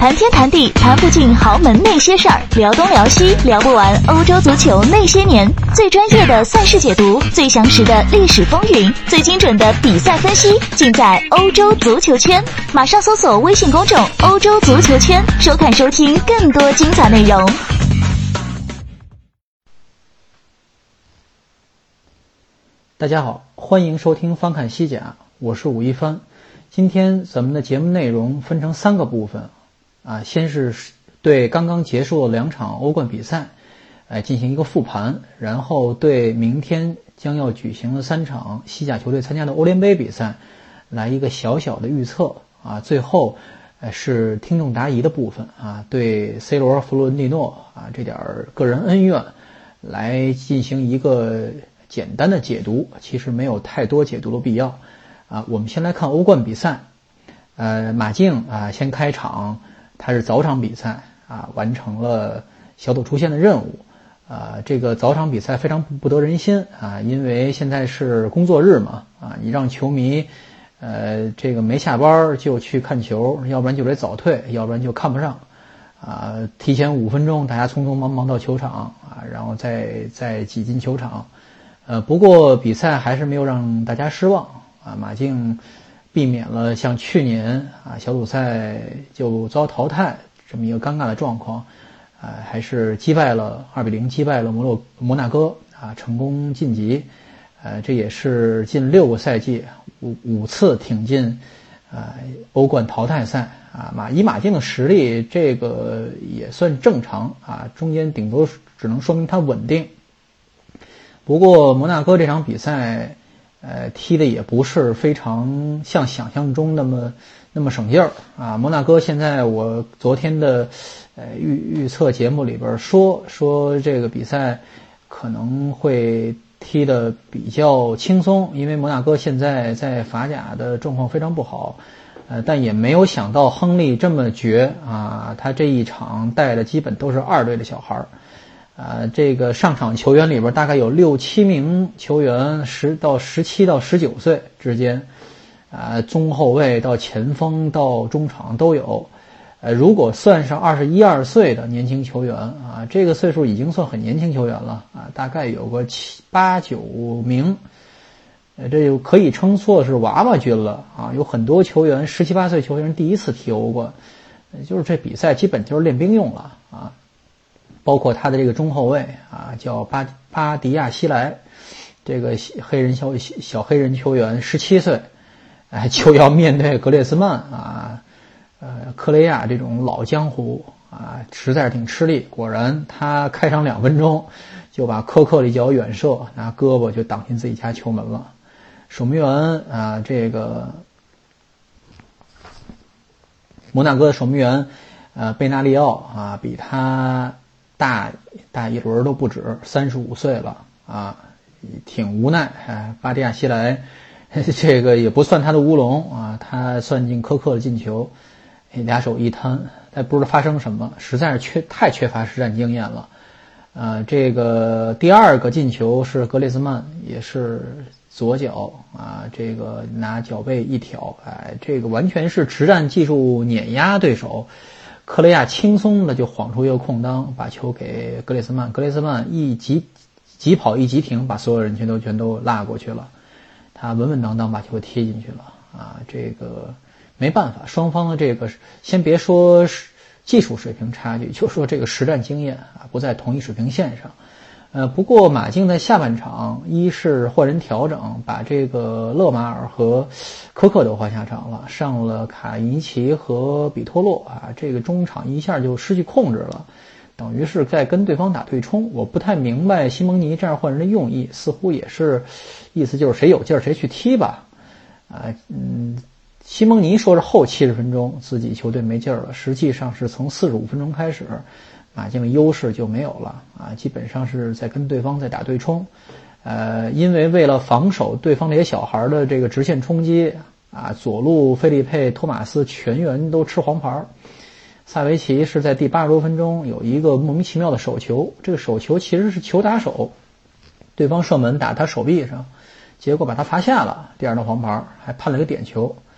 谈天谈地谈不尽豪门那些事儿，聊东聊西聊不完欧洲足球那些年。最专业的赛事解读，最详实的历史风云，最精准的比赛分析，尽在欧洲足球圈。马上搜索微信公众欧洲足球圈，收看收听更多精彩内容。 大家好，欢迎收听翻看西甲，我是武一帆。今天咱们的节目内容分成3个部分先是对刚刚结束的2场欧冠比赛进行一个复盘，然后对明天将要举行的3场西甲球队参加的欧联杯比赛来一个小小的预测最后是听众答疑的部分对 C 罗、弗洛伦蒂诺这点个人恩怨来进行一个简单的解读，其实没有太多解读的必要我们先来看欧冠比赛马竞先开场，他是早场比赛完成了小组出线的任务这个早场比赛非常不得人心因为现在是工作日嘛你让球迷这个没下班就去看球，要不然就得早退，要不然就看不上提前5分钟大家匆匆忙忙到球场然后再挤进球场不过比赛还是没有让大家失望马竞避免了像去年小组赛就遭淘汰这么一个尴尬的状况还是2-0击败了摩纳哥成功晋级这也是近6个赛季5次挺进欧冠淘汰赛以马竞的实力这个也算正常中间顶多只能说明它稳定。不过摩纳哥这场比赛踢的也不是非常像想象中那么省劲儿摩纳哥现在我昨天的预测节目里边说这个比赛可能会踢得比较轻松，因为摩纳哥现在在法甲的状况非常不好但也没有想到亨利这么绝他这一场带的基本都是2队的小孩这个上场球员里边大概有6-7名球员17到19岁之间中后卫到前锋到中场都有如果算上21、22岁的年轻球员这个岁数已经算很年轻球员了大概有个7、8、9名这就可以称作是娃娃军了有很多球员17、18岁球员第一次踢欧冠就是这比赛基本就是练兵用了包括他的这个中后卫叫巴迪亚希莱，这个小黑人球员17岁就要面对格列斯曼科雷亚这种老江湖实在是挺吃力。果然他开场2分钟就把科克的一脚远射拿胳膊就挡进自己家球门了。守门员这个摩纳哥的守门员贝纳利奥比他大一轮都不止，35岁了挺无奈巴迪亚希莱这个也不算他的乌龙他算进科克的进球2手一摊，但不知道发生什么，实在是太缺乏实战经验了这个第2个进球是格列斯曼，也是左脚这个拿脚背一挑这个完全是实战技术碾压对手。克雷亚轻松的就晃出一个空当，把球给格列斯曼一急跑一急停，把所有人全都拉过去了，他稳稳当当把球踢进去了这个没办法，双方的这个先别说技术水平差距，就说这个实战经验不在同一水平线上不过马竞在下半场一是换人调整，把这个勒马尔和科克都换下场了，上了卡尼奇和比托洛这个中场一下就失去控制了，等于是在跟对方打对冲。我不太明白西蒙尼这样换人的用意，似乎也是意思就是谁有劲儿谁去踢吧西蒙尼说是后70分钟自己球队没劲儿了，实际上是从45分钟开始马竞的优势就没有了基本上是在跟对方在打对冲因为为了防守对方这些小孩的这个直线冲击左路菲利佩托马斯全员都吃黄牌，萨维奇是在第80多分钟有一个莫名其妙的手球，这个手球其实是球打手，对方射门打他手臂上，结果把他罚下了，第2张黄牌还判了个点球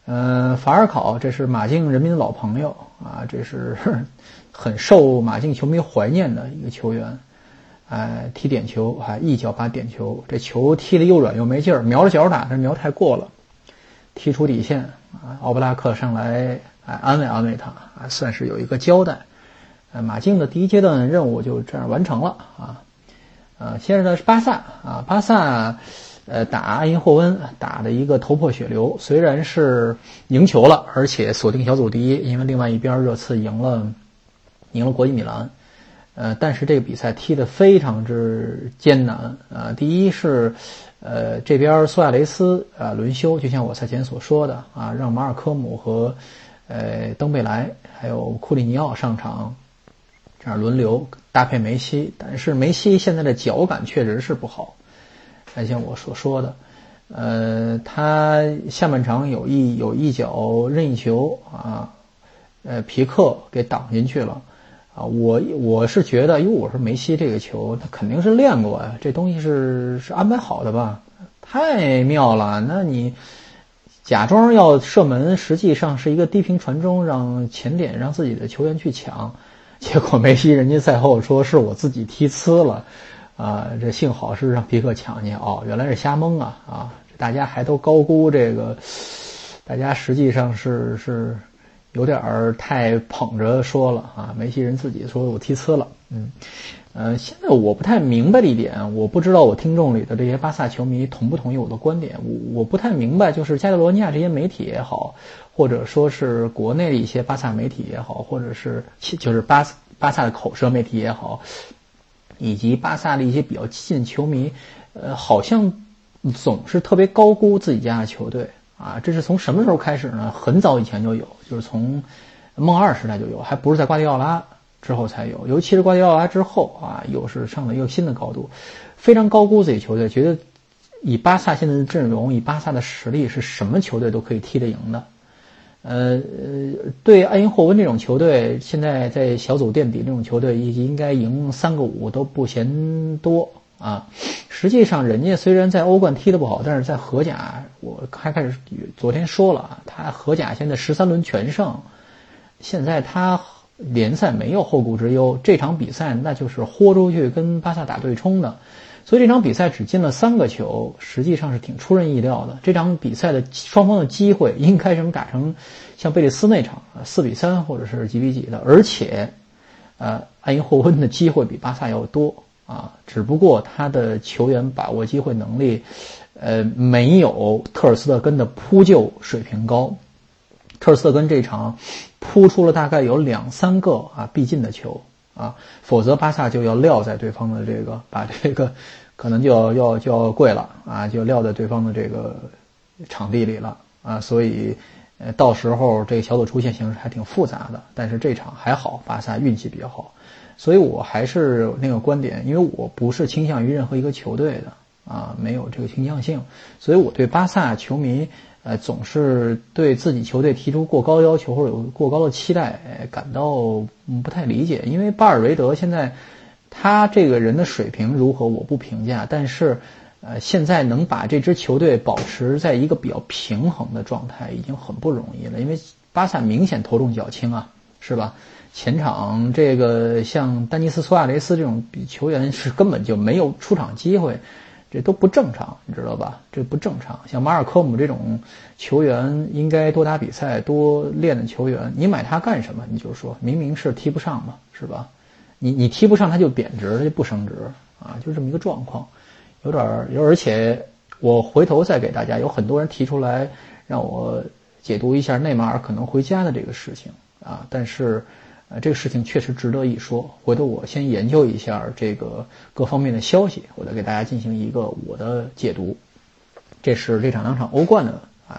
法尔考这是马竞人民的老朋友啊，这是很受马竞球迷怀念的一个球员。踢点球还一脚把点球，这球踢得又软又没劲儿，瞄着脚打，这瞄太过了，踢出底线啊！奥布拉克上来安慰安慰他啊，算是有一个交代。马竞的第一阶段任务就这样完成了啊。接着呢是巴萨啊，巴萨打阿因霍温打的一个头破血流，虽然是赢球了，而且锁定小组第一，因为另外一边热刺赢了国际米兰。但是这个比赛踢得非常之艰难啊！第一是，这边苏亚雷斯轮休，就像我赛前所说的啊，让马尔科姆和登贝莱还有库里尼奥上场，这样轮流搭配梅西。但是梅西现在的脚感确实是不好，像我所说的，他下半场有一脚任意球啊，皮克给挡进去了。我是觉得，因为我说梅西这个球他肯定是练过呀，这东西是安排好的吧，太妙了。那你假装要射门，实际上是一个低平传中，让前点让自己的球员去抢，结果梅西人家赛后说是我自己踢呲了这幸好是让皮克抢去原来是瞎蒙啊，大家还都高估这个，大家实际上是有点太捧着说了啊，梅西人自己说我踢呲了。现在我不太明白的一点，我不知道我听众里的这些巴萨球迷同不同意我的观点。我不太明白，就是加泰罗尼亚这些媒体也好，或者说是国内的一些巴萨媒体也好，或者是就是巴萨的口舌媒体也好，以及巴萨的一些比较激进的球迷，好像总是特别高估自己家的球队。这是从什么时候开始呢？很早以前就有，就是从梦二时代就有，还不是在瓜迪奥拉之后才有。尤其是瓜迪奥拉之后又是上了一个新的高度，非常高估自己球队，觉得以巴萨现在的阵容，以巴萨的实力，是什么球队都可以踢得赢的。对阿因霍温这种球队，现在在小组垫底这种球队，应该赢3个5都不嫌多。实际上人家虽然在欧冠踢得不好，但是在荷甲，我开始昨天说了他荷甲现在13轮全胜，现在他联赛没有后顾之忧，这场比赛那就是豁出去跟巴萨打对冲的，所以这场比赛只进了3个球，实际上是挺出人意料的。这场比赛的双方的机会应该是能打成像贝利斯那场4-3或者是几比几的，而且阿因霍温的机会比巴萨要多。只不过他的球员把握机会能力，没有特尔斯特根的扑救水平高。特尔斯特根这场扑出了大概有2-3个必进的球否则巴萨就要撂在对方的把这个可能就要跪了就撂在对方的这个场地里了所以到时候这个小组出线形势还挺复杂的。但是这场还好，巴萨运气比较好。所以我还是那个观点，因为我不是倾向于任何一个球队的没有这个倾向性，所以我对巴萨球迷总是对自己球队提出过高的要求或者有过高的期待感到不太理解。因为巴尔韦德现在他这个人的水平如何我不评价，但是现在能把这支球队保持在一个比较平衡的状态已经很不容易了。因为巴萨明显头重脚轻是吧？前场这个像丹尼斯·苏亚雷斯这种球员是根本就没有出场机会，这都不正常，你知道吧？这不正常。像马尔科姆这种球员应该多打比赛多练的球员，你买他干什么？你就说明明是踢不上嘛，是吧？你踢不上他就贬值，他就不升值就这么一个状况，而且我回头再给大家，有很多人提出来让我解读一下内马尔可能回家的这个事情但是这个事情确实值得一说，回头我先研究一下这个各方面的消息，我再给大家进行一个我的解读。这是这2场欧冠的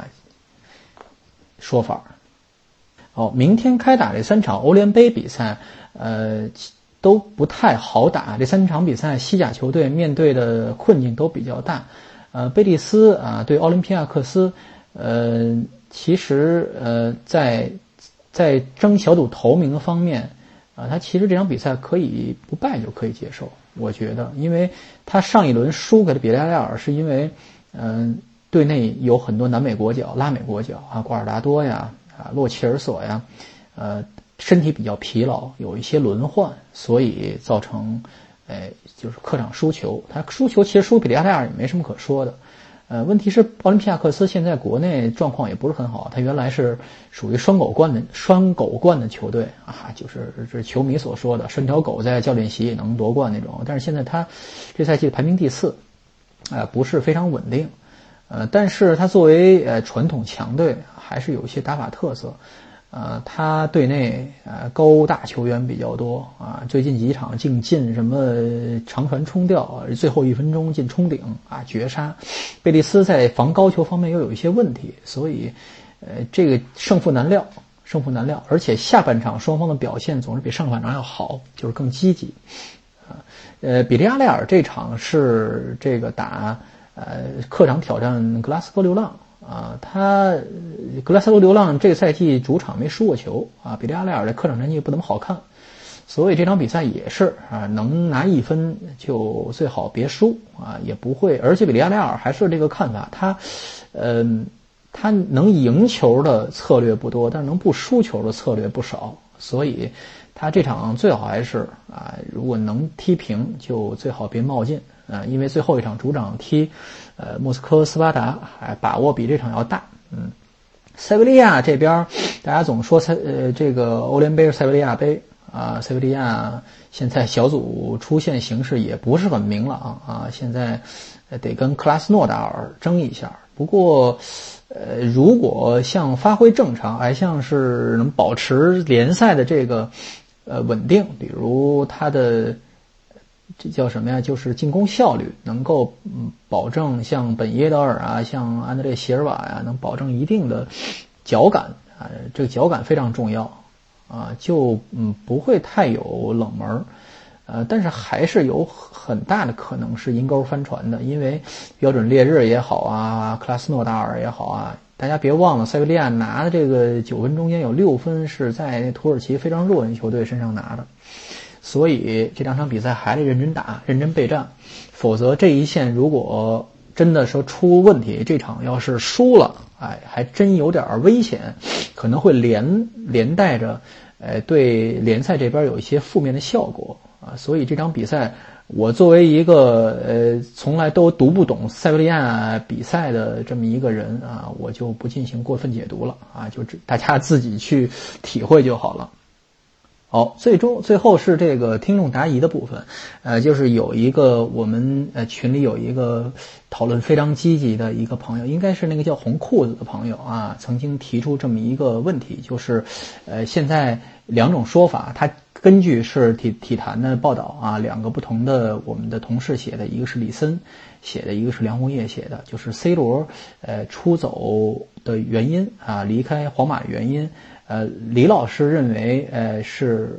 说法。明天开打这3场欧联杯比赛都不太好打。这3场比赛西甲球队面对的困境都比较大。贝蒂斯对奥林匹亚克斯其实在争小组头名的方面他其实这场比赛可以不败就可以接受，我觉得。因为他上一轮输给了比利亚雷亚尔是因为队内有很多南美国脚、拉美国脚啊，瓜尔达多呀、洛齐尔索呀，身体比较疲劳，有一些轮换，所以造成就是客场输球。他输球其实输比利亚雷亚尔也没什么可说的。问题是奥林匹亚克斯现在国内状况也不是很好，他原来是属于双狗冠的球队啊，就是球迷所说的拴条狗在教练席也能夺冠那种。但是现在他这赛季排名第4，不是非常稳定。但是他作为传统强队，还是有一些打法特色。他队内高大球员比较多啊，最近几场净进什么长传冲吊，最后1分钟进冲顶啊，绝杀。贝利斯在防高球方面又有一些问题，所以这个胜负难料，而且下半场双方的表现总是比上半场要好，就是更积极。比利亚雷亚尔这场是这个打客场挑战格拉斯哥流浪。他格拉斯哥流浪这个赛季主场没输过球啊，比利亚雷亚尔的客场成绩不怎么好看，所以这场比赛也是能拿1分就最好别输啊，也不会。而且比利亚雷亚尔还是这个看法，他能赢球的策略不多，但是能不输球的策略不少，所以他这场最好还是如果能踢平就最好别冒进因为最后一场主场踢莫斯科斯巴达，把握比这场要大。塞维利亚这边大家总说这个欧联杯是塞维利亚杯塞维利亚现在小组出线形势也不是很明朗现在得跟克拉斯诺达尔争一下。不过如果像发挥正常，还像是能保持联赛的这个稳定，比如他的这叫什么呀？就是进攻效率能够保证，像本耶德尔像安德烈席尔瓦能保证一定的脚感这个脚感非常重要就不会太有冷门但是还是有很大的可能是阴沟翻船的，因为标准烈日也好克拉斯诺达尔也好大家别忘了塞维利亚拿的这个9分中间有6分是在土耳其非常弱的球队身上拿的。所以这2场比赛还得认真打，认真备战，否则这一线如果真的说出问题，这场要是输了，还真有点危险，可能会连带着对联赛这边有一些负面的效果所以这场比赛，我作为一个从来都读不懂塞维利亚比赛的这么一个人我就不进行过分解读了就大家自己去体会就好了。好，最后是这个听众答疑的部分，就是有一个我们群里有一个讨论非常积极的一个朋友，应该是那个叫红裤子的朋友曾经提出这么一个问题，就是现在2种说法，他根据是体坛的报道2个不同的我们的同事写的，一个是李森写的，一个是梁红叶写的，就是 C 罗出走的原因离开皇马的原因。李老师认为是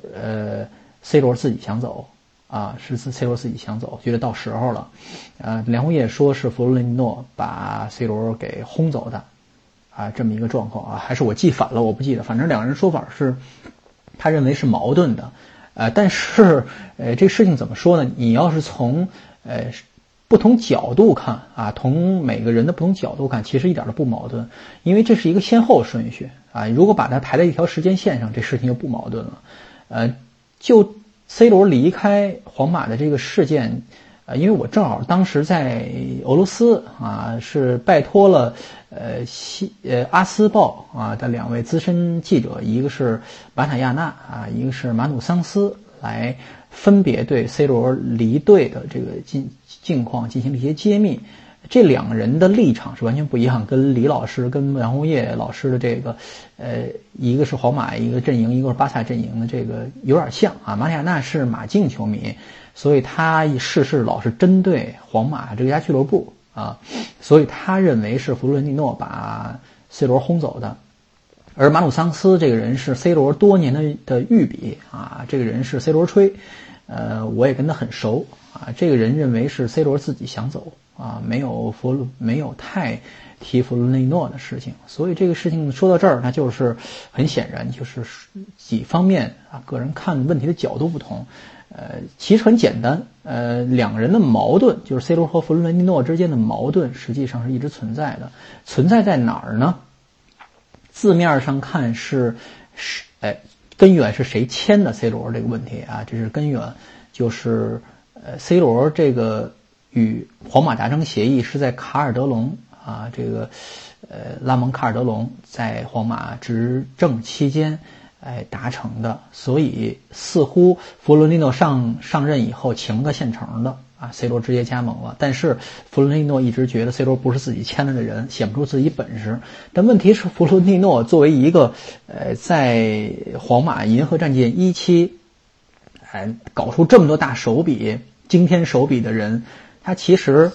C 罗自己想走是 C 罗自己想走，觉得到时候了。梁红叶说是弗洛伦蒂诺把 C 罗给轰走的这么一个状况还是我记反了，我不记得，反正2个人说法是他认为是矛盾的但是这个事情怎么说呢？你要是从不同角度看从每个人的不同角度看，其实一点都不矛盾，因为这是一个先后顺序如果把它排在一条时间线上，这事情就不矛盾了。就 C 罗离开皇马的这个事件因为我正好当时在俄罗斯是拜托了阿斯报的2位资深记者，一个是马塔亚纳一个是马努桑斯，来分别对 C 罗离队的这个近况进行了一些揭秘。这2个人的立场是完全不一样，跟李老师跟梁红叶老师的这个一个是皇马一个阵营，一个是巴萨阵营的这个有点像马里亚纳是马竞球迷，所以他事事老是针对皇马这家俱乐部所以他认为是弗洛伦蒂诺把 C 罗轰走的。而马努桑斯这个人是 C 罗多年的御笔这个人是 C 罗吹我也跟他很熟这个人认为是 C 罗自己想走没有太提弗伦蒂诺的事情。所以这个事情说到这儿，那就是很显然就是几方面啊，个人看问题的角度不同。其实很简单，两个人的矛盾，就是 C 罗和弗伦蒂诺之间的矛盾，实际上是一直存在的。存在在哪儿呢？字面上看是根源是谁签的 C 罗这个问题啊，这是根源，就是C 罗这个与皇马达成协议是在卡尔德隆啊，这个拉蒙卡尔德隆在皇马执政期间达成的，所以似乎弗伦蒂诺上任以后请了个现成的啊 ，C 罗直接加盟了。但是弗伦蒂诺一直觉得 C 罗不是自己签了的人，显不出自己本事。但问题是，弗伦蒂诺作为一个在皇马银河战舰一期搞出这么多大手笔、惊天手笔的人，他其实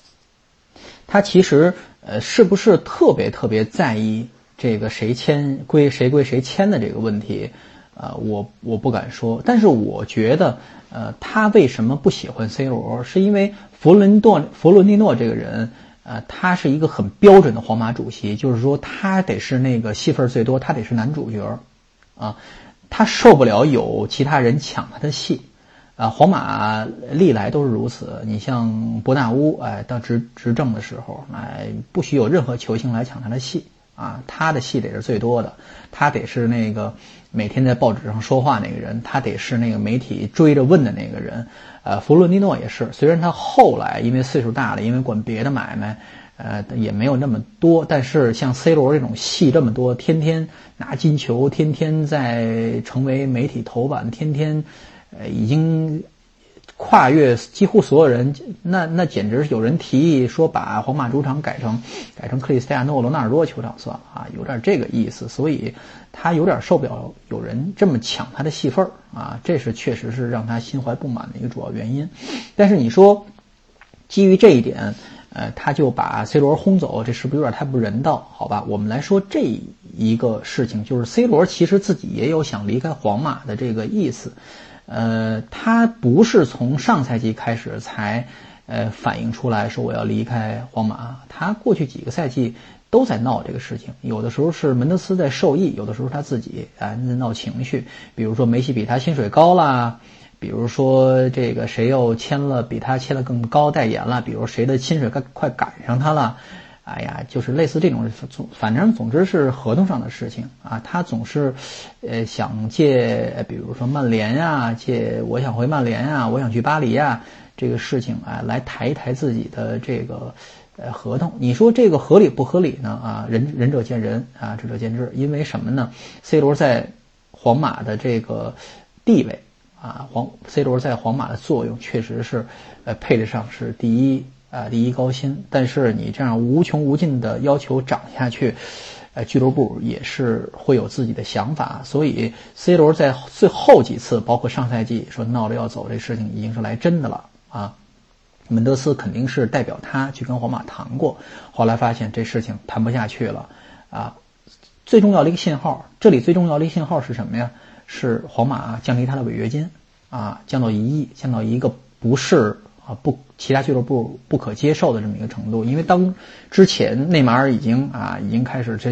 是不是特别在意这个谁归谁签的这个问题？我不敢说，但是我觉得他为什么不喜欢 C 罗，是因为弗伦蒂诺这个人他是一个很标准的皇马主席，就是说他得是那个戏份最多，他得是男主角啊，他受不了有其他人抢他的戏。皇马历来都是如此。你像伯纳乌，到执政的时候，不许有任何球星来抢他的戏啊，他的戏得是最多的，他得是那个每天在报纸上说话那个人，他得是那个媒体追着问的那个人。弗伦蒂诺也是，虽然他后来因为岁数大了，因为管别的买卖，也没有那么多，但是像 C 罗这种戏这么多，天天拿金球，天天在成为媒体头版，天天已经跨越几乎所有人，那简直有人提议说把皇马主场改成克里斯蒂亚诺罗纳尔多球场算了啊，有点这个意思，所以他有点受不了有人这么抢他的戏份啊，这是确实是让他心怀不满的一个主要原因。但是你说基于这一点，他就把 C 罗轰走，这是不是有点太不人道？好吧，我们来说这一个事情，就是 C 罗其实自己也有想离开皇马的这个意思。他不是从上赛季开始才反映出来说我要离开皇马，他过去几个赛季都在闹这个事情，有的时候是门德斯在授意，有的时候他自己在闹情绪，比如说梅西比他薪水高啦，比如说这个谁又比他签了更高代言了，比如谁的薪水快赶上他了，哎呀，就是类似这种，反正总之是合同上的事情啊。他总是想借比如说曼联啊，我想回曼联啊，我想去巴黎啊，这个事情来抬一抬自己的这个合同。你说这个合理不合理呢？啊，仁者见仁啊，智者见智。因为什么呢？ C 罗在皇马的这个地位啊，C 罗在皇马的作用确实是配得上是第一高薪，但是你这样无穷无尽的要求涨下去，俱乐部也是会有自己的想法，所以 C 罗在最后几次，包括上赛季说闹着要走这事情已经是来真的了啊。门德斯肯定是代表他去跟皇马谈过，后来发现这事情谈不下去了啊。最重要的一个信号，这里最重要的一个信号是什么呀？是皇马降低他的违约金啊，降到1亿，降到一个不是其他俱乐部不可接受的这么一个程度。因为当之前内马尔已经开始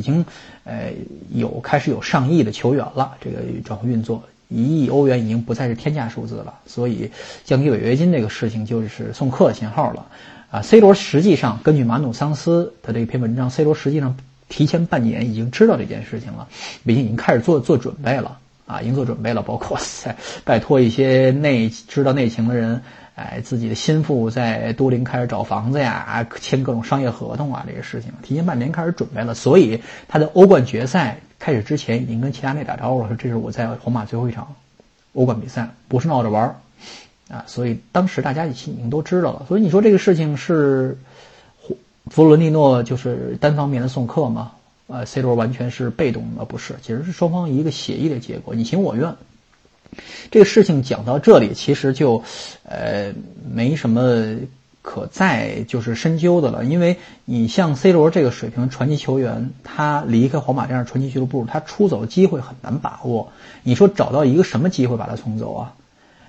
开始有上亿的球员了，这个转会运作1亿欧元已经不再是天价数字了，所以降低违约金这个事情就是送客的信号了啊。C 罗实际上根据马努桑斯的这篇文章， C 罗实际上提前半年已经知道这件事情了，已经开始做准备了啊，已经做准备了，包括拜托一些知道内情的人，自己的心腹在都灵开始找房子呀，签各种商业合同啊，这个事情提前半年开始准备了。所以他的欧冠决赛开始之前已经跟齐达内打招呼了，说这是我在皇马最后一场欧冠比赛，不是闹着玩啊。所以当时大家已经都知道了。所以你说这个事情是弗伦蒂诺就是单方面的送客吗？C 罗完全是被动的，不是，其实是双方一个协议的结果，你情我愿。这个事情讲到这里，其实就没什么可再就是深究的了。因为你像 C 罗这个水平传奇球员，他离开皇马这样传奇俱乐部，他出走的机会很难把握。你说找到一个什么机会把他送走啊？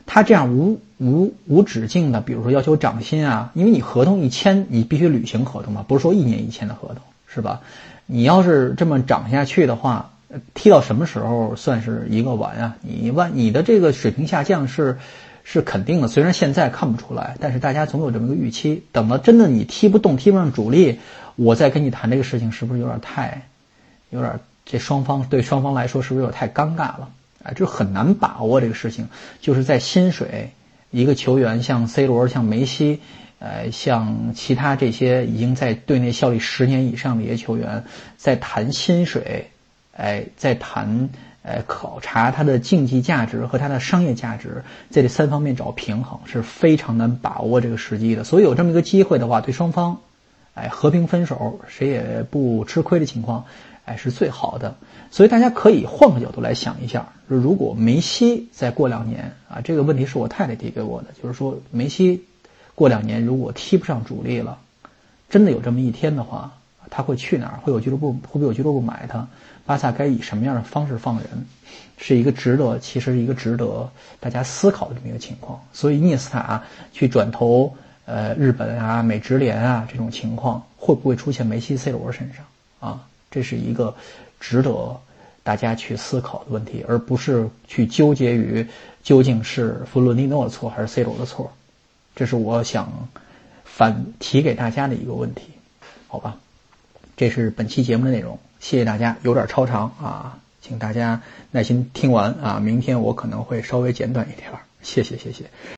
他这样无止境的，比如说要求涨薪啊，因为你合同一签，你必须履行合同嘛，不是说1年1签的合同，是吧？你要是这么涨下去的话，踢到什么时候算是一个完啊？你的这个水平下降是肯定的，虽然现在看不出来，但是大家总有这么一个预期。等到真的你踢不动、踢不上主力，我再跟你谈这个事情，是不是有点这对双方来说是不是有点太尴尬了？就很难把握这个事情。就是在薪水，一个球员像 C 罗、像梅西，像其他这些已经在队内效力10年以上的一些球员，在谈薪水，在谈考察他的竞技价值和他的商业价值，在这3方面找平衡是非常难把握这个时机的。所以有这么一个机会的话，对双方和平分手，谁也不吃亏的情况是最好的。所以大家可以换个角度来想一下，如果梅西再过2年这个问题是我太太提给我的，就是说梅西过2年如果踢不上主力了，真的有这么一天的话，他会去哪儿？会不会有俱乐部买他？巴萨该以什么样的方式放人？是一个值得大家思考的这么一个情况。所以伊涅斯塔去转投日本美职联这种情况，会不会出现梅西、C 罗身上这是一个值得大家去思考的问题，而不是去纠结于究竟是弗洛蒂诺的错还是 C 罗的错。这是我想反提给大家的一个问题，好吧？这是本期节目的内容，谢谢大家，有点超长请大家耐心听完明天我可能会稍微简短一点，谢谢。